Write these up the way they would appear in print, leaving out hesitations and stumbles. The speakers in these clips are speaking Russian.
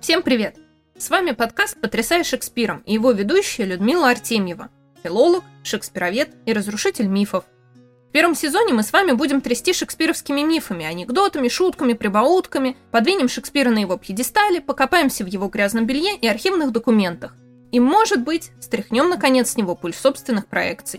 Всем привет! С вами подкаст «Потрясай Шекспиром» и его ведущая Людмила Артемьева, филолог, шекспировед и разрушитель мифов. В первом сезоне мы с вами будем трясти шекспировскими мифами, анекдотами, шутками, прибаутками, подвинем Шекспира на его пьедестале, покопаемся в его грязном белье и архивных документах. И, может быть, стряхнем наконец с него пыль собственных проекций.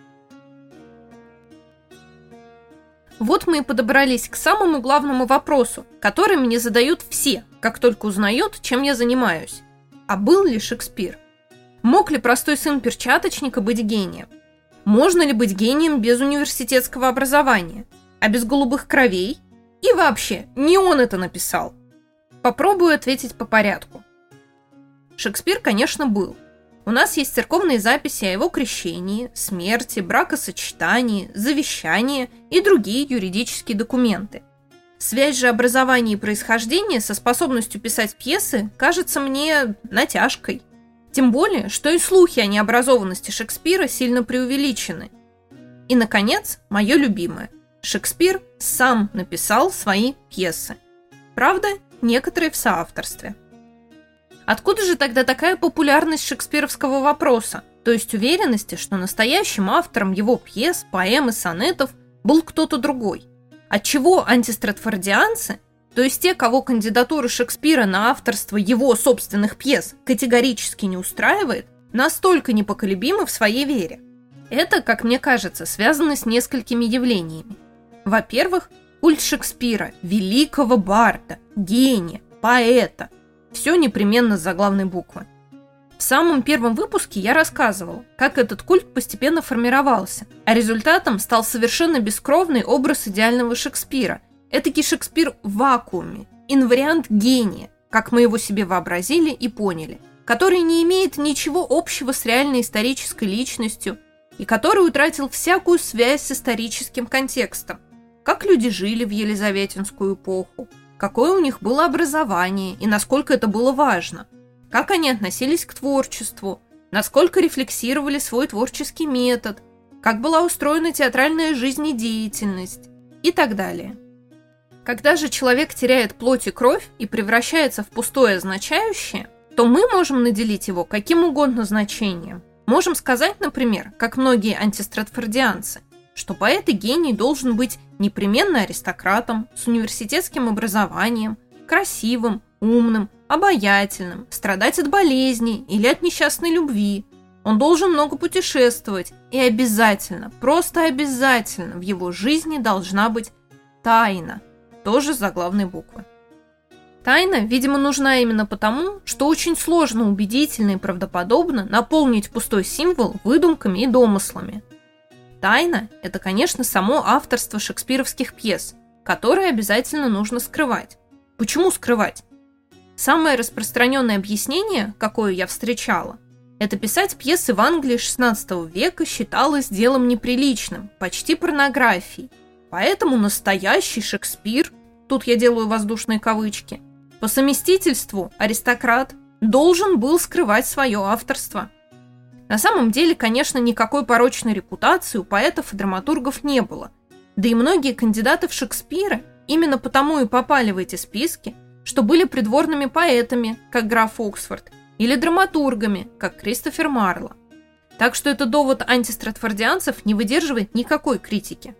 Вот мы и подобрались к самому главному вопросу, который мне задают все, как только узнают, чем я занимаюсь. А был ли Шекспир? Мог ли простой сын перчаточника быть гением? Можно ли быть гением без университетского образования? А без голубых кровей? И вообще, не он это написал. Попробую ответить по порядку. Шекспир, конечно, был. У нас есть церковные записи о его крещении, смерти, бракосочетании, завещании и другие юридические документы. Связь же образования и происхождения со способностью писать пьесы кажется мне натяжкой. Тем более, что и слухи о необразованности Шекспира сильно преувеличены. И, наконец, мое любимое. Шекспир сам написал свои пьесы. Правда, некоторые в соавторстве. Откуда же тогда такая популярность шекспировского вопроса, то есть уверенности, что настоящим автором его пьес, поэм и сонетов был кто-то другой? Отчего антистратфордианцы, то есть те, кого кандидатура Шекспира на авторство его собственных пьес категорически не устраивает, настолько непоколебимы в своей вере? Это, как мне кажется, связано с несколькими явлениями. Во-первых, культ Шекспира, великого барда, гения, поэта. Все непременно с заглавной буквы. В самом первом выпуске я рассказывал, как этот культ постепенно формировался, а результатом стал совершенно бескровный образ идеального Шекспира. Этакий Шекспир в вакууме, инвариант гения, как мы его себе вообразили и поняли, который не имеет ничего общего с реальной исторической личностью и который утратил всякую связь с историческим контекстом. Как люди жили в елизаветинскую эпоху, какое у них было образование и насколько это было важно, как они относились к творчеству, насколько рефлексировали свой творческий метод, как была устроена театральная жизнь и деятельность и так далее. Когда же человек теряет плоть и кровь и превращается в пустое означающее, то мы можем наделить его каким угодно значением. Можем сказать, например, как многие антистратфордианцы, что поэт и гений должен быть непременно аристократом, с университетским образованием, красивым, умным, обаятельным, страдать от болезней или от несчастной любви. Он должен много путешествовать, и обязательно, просто обязательно в его жизни должна быть тайна, тоже с заглавной буквы. Тайна, видимо, нужна именно потому, что очень сложно убедительно и правдоподобно наполнить пустой символ выдумками и домыслами. Тайна – это, конечно, само авторство шекспировских пьес, которое обязательно нужно скрывать. Почему скрывать? Самое распространенное объяснение, какое я встречала, это писать пьесы в Англии XVI века считалось делом неприличным, почти порнографией. Поэтому настоящий Шекспир, тут я делаю воздушные кавычки, по совместительству аристократ, должен был скрывать свое авторство. На самом деле, конечно, никакой порочной репутации у поэтов и драматургов не было. Да и многие кандидаты в Шекспира именно потому и попали в эти списки, что были придворными поэтами, как граф Оксфорд, или драматургами, как Кристофер Марло. Так что этот довод антистратфордианцев не выдерживает никакой критики.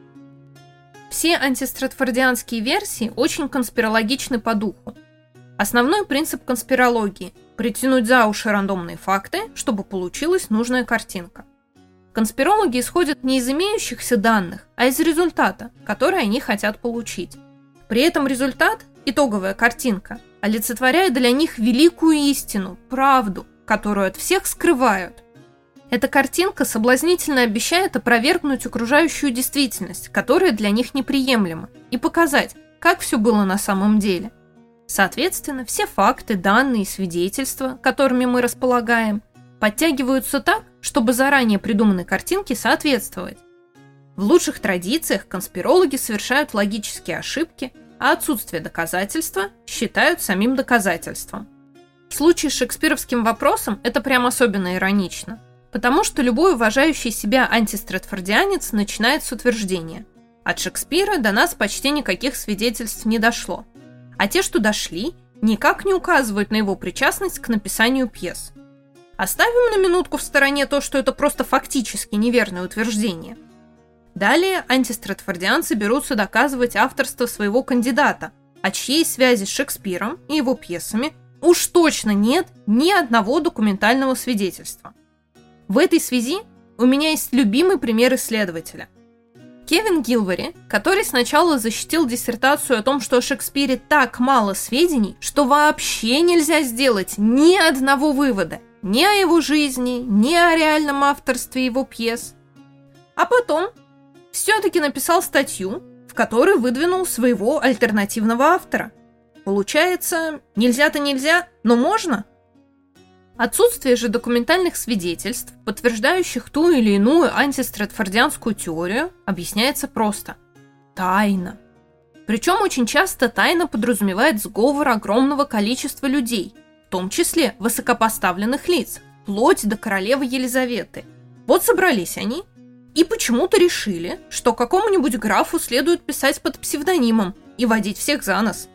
Все антистратфордианские версии очень конспирологичны по духу. Основной принцип конспирологии – притянуть за уши рандомные факты, чтобы получилась нужная картинка. Конспирологи исходят не из имеющихся данных, а из результата, который они хотят получить. При этом результат, итоговая картинка, олицетворяет для них великую истину, правду, которую от всех скрывают. Эта картинка соблазнительно обещает опровергнуть окружающую действительность, которая для них неприемлема, и показать, как все было на самом деле. Соответственно, все факты, данные и свидетельства, которыми мы располагаем, подтягиваются так, чтобы заранее придуманной картинке соответствовать. В лучших традициях конспирологи совершают логические ошибки, а отсутствие доказательства считают самим доказательством. В случае с шекспировским вопросом это прям особенно иронично, потому что любой уважающий себя антистратфордианец начинает с утверждения: от Шекспира до нас почти никаких свидетельств не дошло. А те, что дошли, никак не указывают на его причастность к написанию пьес. Оставим на минутку в стороне то, что это просто фактически неверное утверждение. Далее антистрэдфордианцы берутся доказывать авторство своего кандидата, о чьей связи с Шекспиром и его пьесами уж точно нет ни одного документального свидетельства. В этой связи у меня есть любимый пример исследователя. Кевин Гилвари, который сначала защитил диссертацию о том, что о Шекспире так мало сведений, что вообще нельзя сделать ни одного вывода ни о его жизни, ни о реальном авторстве его пьес. А потом все-таки написал статью, в которой выдвинул своего альтернативного автора. Получается, нельзя-то нельзя, но можно? Отсутствие же документальных свидетельств, подтверждающих ту или иную антистрэдфордианскую теорию, объясняется просто – тайна. Причем очень часто тайна подразумевает сговор огромного количества людей, в том числе высокопоставленных лиц, вплоть до королевы Елизаветы. Вот собрались они и почему-то решили, что какому-нибудь графу следует писать под псевдонимом и водить всех за нос.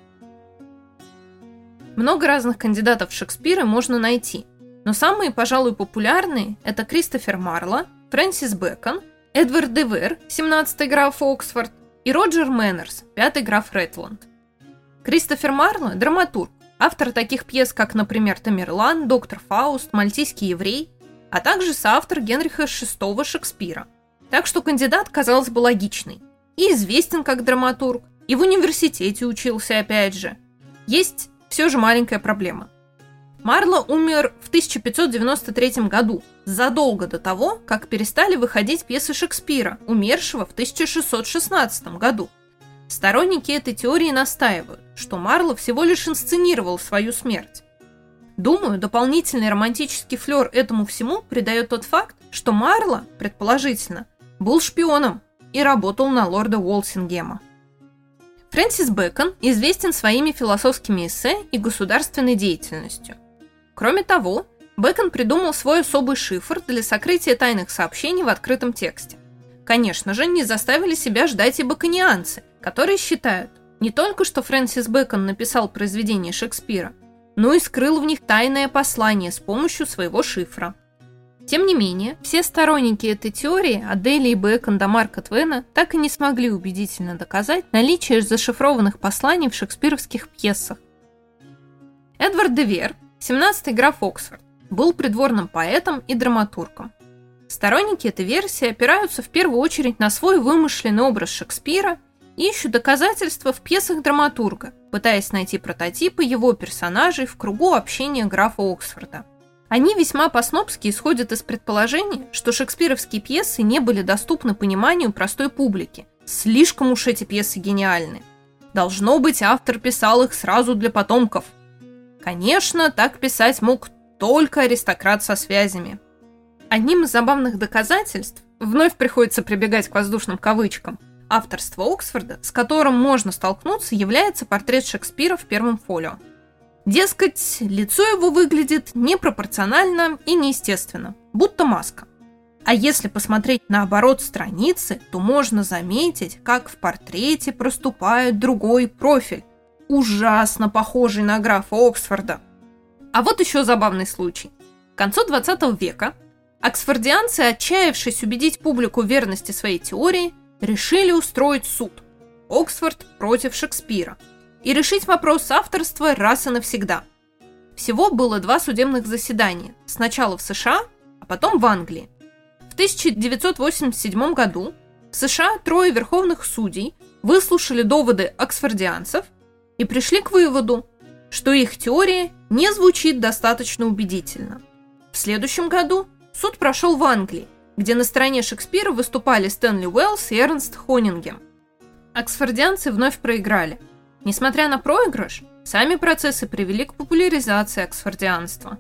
Много разных кандидатов в Шекспира можно найти, но самые, пожалуй, популярные – это Кристофер Марло, Фрэнсис Бэкон, Эдвард де Вер, 17-й граф Оксфорд, и Роджер Мэннерс, 5-й граф Ретланд. Кристофер Марло – драматург, автор таких пьес, как, например, «Тамерлан», «Доктор Фауст», «Мальтийский еврей», а также соавтор Генриха VI Шекспира. Так что кандидат, казалось бы, логичный. И известен как драматург, и в университете учился опять же. Есть все же маленькая проблема. Марло умер в 1593 году, задолго до того, как перестали выходить пьесы Шекспира, умершего в 1616 году. Сторонники этой теории настаивают, что Марло всего лишь инсценировал свою смерть. Думаю, дополнительный романтический флер этому всему придает тот факт, что Марло, предположительно, был шпионом и работал на лорда Уолсингема. Фрэнсис Бэкон известен своими философскими эссе и государственной деятельностью. Кроме того, Бэкон придумал свой особый шифр для сокрытия тайных сообщений в открытом тексте. Конечно же, не заставили себя ждать и бэконианцы, которые считают не только, что Фрэнсис Бэкон написал произведение Шекспира, но и скрыл в них тайное послание с помощью своего шифра. Тем не менее, все сторонники этой теории, от Дейли и Бэкон до Марка Твена, так и не смогли убедительно доказать наличие зашифрованных посланий в шекспировских пьесах. Эдвард де Вер, 17-й граф Оксфорд, был придворным поэтом и драматургом. Сторонники этой версии опираются в первую очередь на свой вымышленный образ Шекспира и ищут доказательства в пьесах драматурга, пытаясь найти прототипы его персонажей в кругу общения графа Оксфорда. Они весьма по-снобски исходят из предположения, что шекспировские пьесы не были доступны пониманию простой публики. Слишком уж эти пьесы гениальны. Должно быть, автор писал их сразу для потомков. Конечно, так писать мог только аристократ со связями. Одним из забавных доказательств, вновь приходится прибегать к воздушным кавычкам, авторства Оксфорда, с которым можно столкнуться, является портрет Шекспира в первом фолио. Дескать, лицо его выглядит непропорционально и неестественно, будто маска. А если посмотреть на оборот страницы, то можно заметить, как в портрете проступает другой профиль, ужасно похожий на графа Оксфорда. А вот еще забавный случай. К концу 20 века оксфордианцы, отчаявшись убедить публику в верности своей теории, решили устроить суд Оксфорд против Шекспира и решить вопрос авторства раз и навсегда. Всего было 2 судебных заседания, сначала в США, а потом в Англии. В 1987 году в США 3 верховных судей выслушали доводы оксфордианцев и пришли к выводу, что их теория не звучит достаточно убедительно. В следующем году суд прошел в Англии, где на стороне Шекспира выступали Стэнли Уэллс и Эрнст Хонингем. Оксфордианцы вновь проиграли. Несмотря на проигрыш, сами процессы привели к популяризации оксфордианства.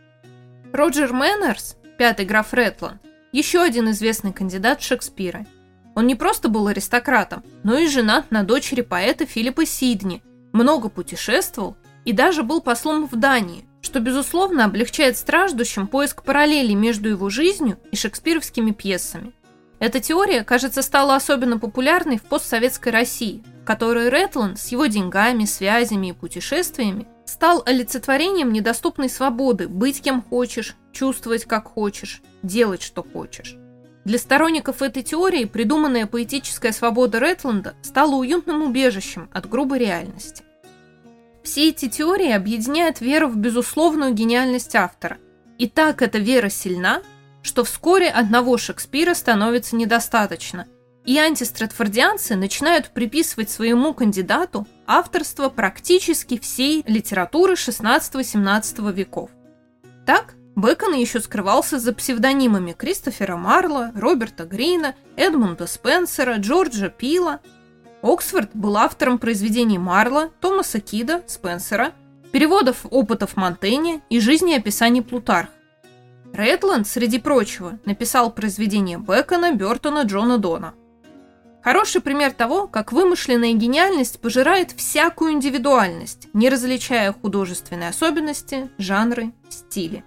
Роджер Мэннерс, 5-й граф Ретланд, еще один известный кандидат в Шекспира. Он не просто был аристократом, но и женат на дочери поэта Филиппа Сидни, много путешествовал и даже был послом в Дании, что, безусловно, облегчает страждущим поиск параллелей между его жизнью и шекспировскими пьесами. Эта теория, кажется, стала особенно популярной в постсоветской России, в которой Ретланд с его деньгами, связями и путешествиями стал олицетворением недоступной свободы быть кем хочешь, чувствовать как хочешь, делать что хочешь. Для сторонников этой теории придуманная поэтическая свобода Ретланда стала уютным убежищем от грубой реальности. Все эти теории объединяет вера в безусловную гениальность автора. И так эта вера сильна, что вскоре одного Шекспира становится недостаточно, и антистрэтфордианцы начинают приписывать своему кандидату авторство практически всей литературы XVI-XVII веков. Так, Бэкон еще скрывался за псевдонимами Кристофера Марло, Роберта Грина, Эдмунда Спенсера, Джорджа Пила. Оксфорд был автором произведений Марло, Томаса Кида, Спенсера, переводов опытов Монтэня и жизнеописаний Плутарха. Ретланд, среди прочего, написал произведения Бэкона, Бёртона, Джона Дона. Хороший пример того, как вымышленная гениальность пожирает всякую индивидуальность, не различая художественные особенности, жанры, стили.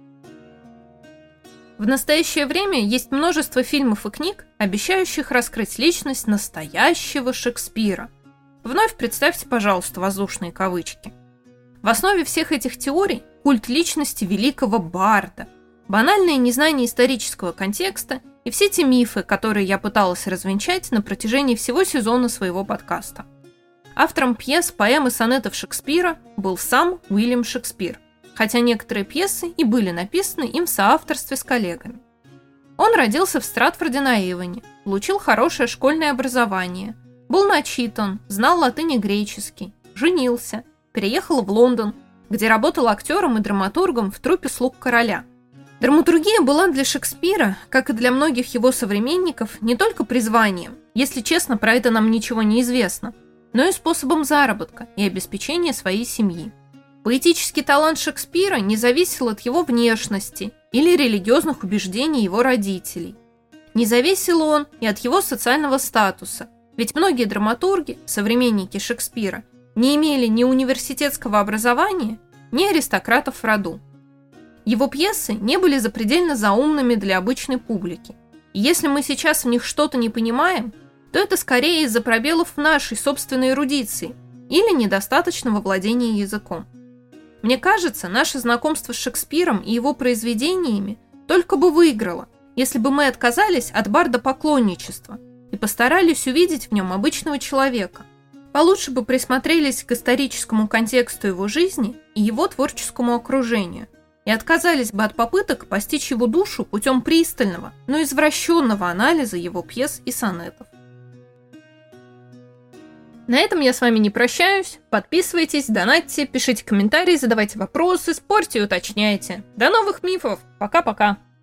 В настоящее время есть множество фильмов и книг, обещающих раскрыть личность настоящего Шекспира. Вновь представьте, пожалуйста, воздушные кавычки. В основе всех этих теорий культ личности великого барда, банальное незнание исторического контекста и все те мифы, которые я пыталась развенчать на протяжении всего сезона своего подкаста. Автором пьес, поэм и сонетов Шекспира был сам Уильям Шекспир, хотя некоторые пьесы и были написаны им в соавторстве с коллегами. Он родился в Стратфорде-на-Эвоне, получил хорошее школьное образование, был начитан, знал латынь и греческий, женился, переехал в Лондон, где работал актером и драматургом в труппе «Слуг короля». Драматургия была для Шекспира, как и для многих его современников, не только призванием, если честно, про это нам ничего не известно, но и способом заработка и обеспечения своей семьи. Поэтический талант Шекспира не зависел от его внешности или религиозных убеждений его родителей. Не зависел он и от его социального статуса, ведь многие драматурги, современники Шекспира, не имели ни университетского образования, ни аристократов в роду. Его пьесы не были запредельно заумными для обычной публики. И если мы сейчас в них что-то не понимаем, то это скорее из-за пробелов в нашей собственной эрудиции или недостаточного владения языком. Мне кажется, наше знакомство с Шекспиром и его произведениями только бы выиграло, если бы мы отказались от бардопоклонничества и постарались увидеть в нем обычного человека. Получше бы присмотрелись к историческому контексту его жизни и его творческому окружению, и отказались бы от попыток постичь его душу путем пристального, но извращенного анализа его пьес и сонетов. На этом я с вами не прощаюсь. Подписывайтесь, донатьте, пишите комментарии, задавайте вопросы, спорьте и уточняйте. До новых мифов! Пока-пока!